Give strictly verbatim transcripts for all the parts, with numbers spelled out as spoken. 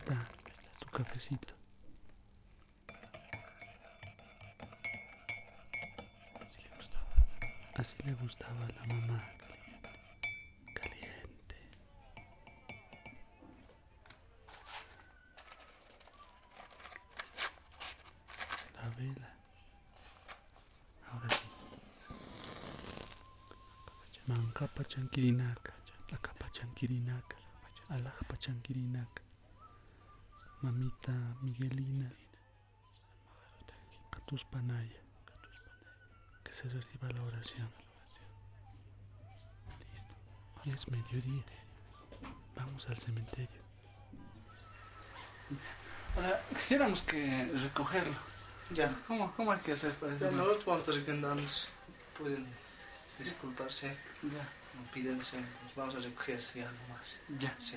está tu cafecito. Así le gustaba a la mamá. Caliente. La vela. Ahora sí. Mancapa chanquirinaka. La capa chanquirinaka. Alajpa chanquirinaka. Mamita Miguelina. Catus Panaya. Que se reciba la oración. Listo. Hoy es mediodía. Vamos al cementerio. Ahora, quisiéramos que recogerlo. Ya. ¿Cómo, cómo hay que hacer para eso? Ya, nosotros vamos a recogernos. Pueden disculparse. Ya. No pídense. Nos vamos a recoger ya nomás. Ya. Sí.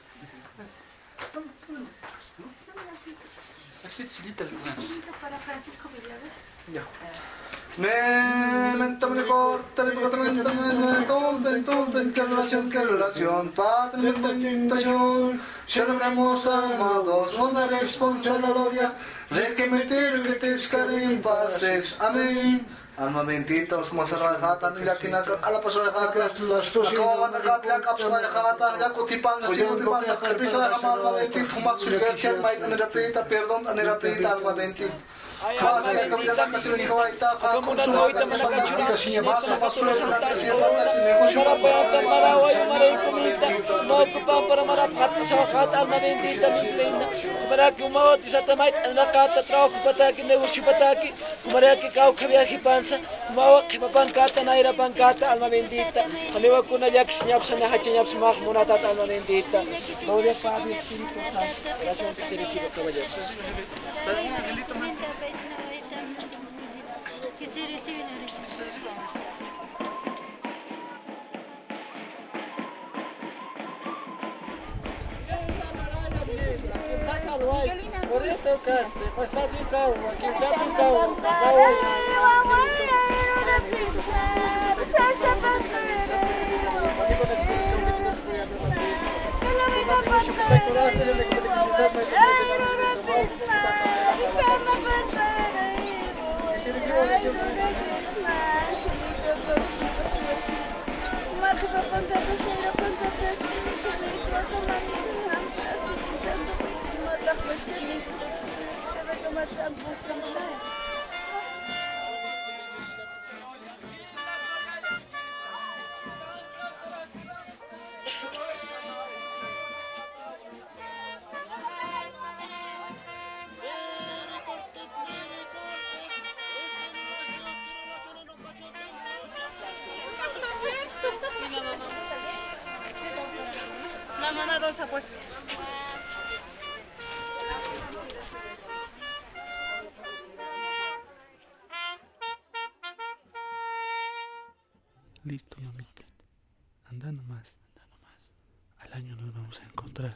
Para Francisco Villaver. Ya. Me menta me corta me corta me menta me tompen tompen qué relación qué relación padre me tentación celebremos amados una responsa la gloria re que meter que te escaren pases amén alma bendita os masarajata ni la que na ala pasarajata acaba na gat la capsarajata ya cotipan sa sino tipan sa pisa alma bendita kumak sugertian mai anera perdón anera pita alma bendita Kasi kabilang kasi ng ikaw ay taka kung sumakas sa pagkakas niya basa masula ng kasi patat negosyo pa para marawa yung maray kumita mo pa para marapat sa khat alma bendita mislena para que mo sa tamait na kata trabaho pataki negosyo pataki para que kau khabya hipansa kumawa khipapan kata na ira pankata alma bendita kaliwa kuna yak sinyap sa hacha nyap sa munata alma bendita mo de padre espíritu santo gracias que se reciba caballeros Que se reciben Por eso tocaste, pues fácil sao, aquí fácil sao, sao. La mamá dosa pues. Listo, mamita. Anda nomás. Al año nos vamos a encontrar.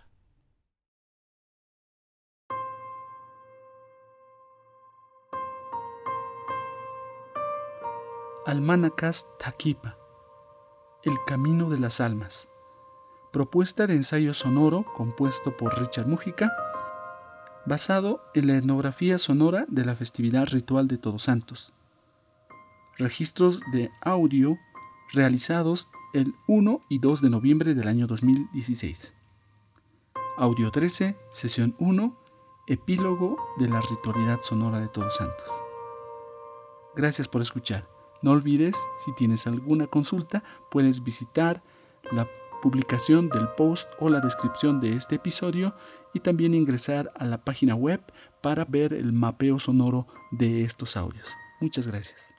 Almanacas Taquipa. El camino de las almas. Propuesta de ensayo sonoro compuesto por Richard Mújica, basado en la etnografía sonora de la festividad ritual de Todos Santos. Registros de audio realizados el uno y dos de noviembre del año dos mil dieciséis. Audio trece, sesión uno, epílogo de la ritualidad sonora de Todos Santos. Gracias por escuchar. No olvides, si tienes alguna consulta, puedes visitar la publicación del post o la descripción de este episodio y también ingresar a la página web para ver el mapeo sonoro de estos audios. Muchas gracias.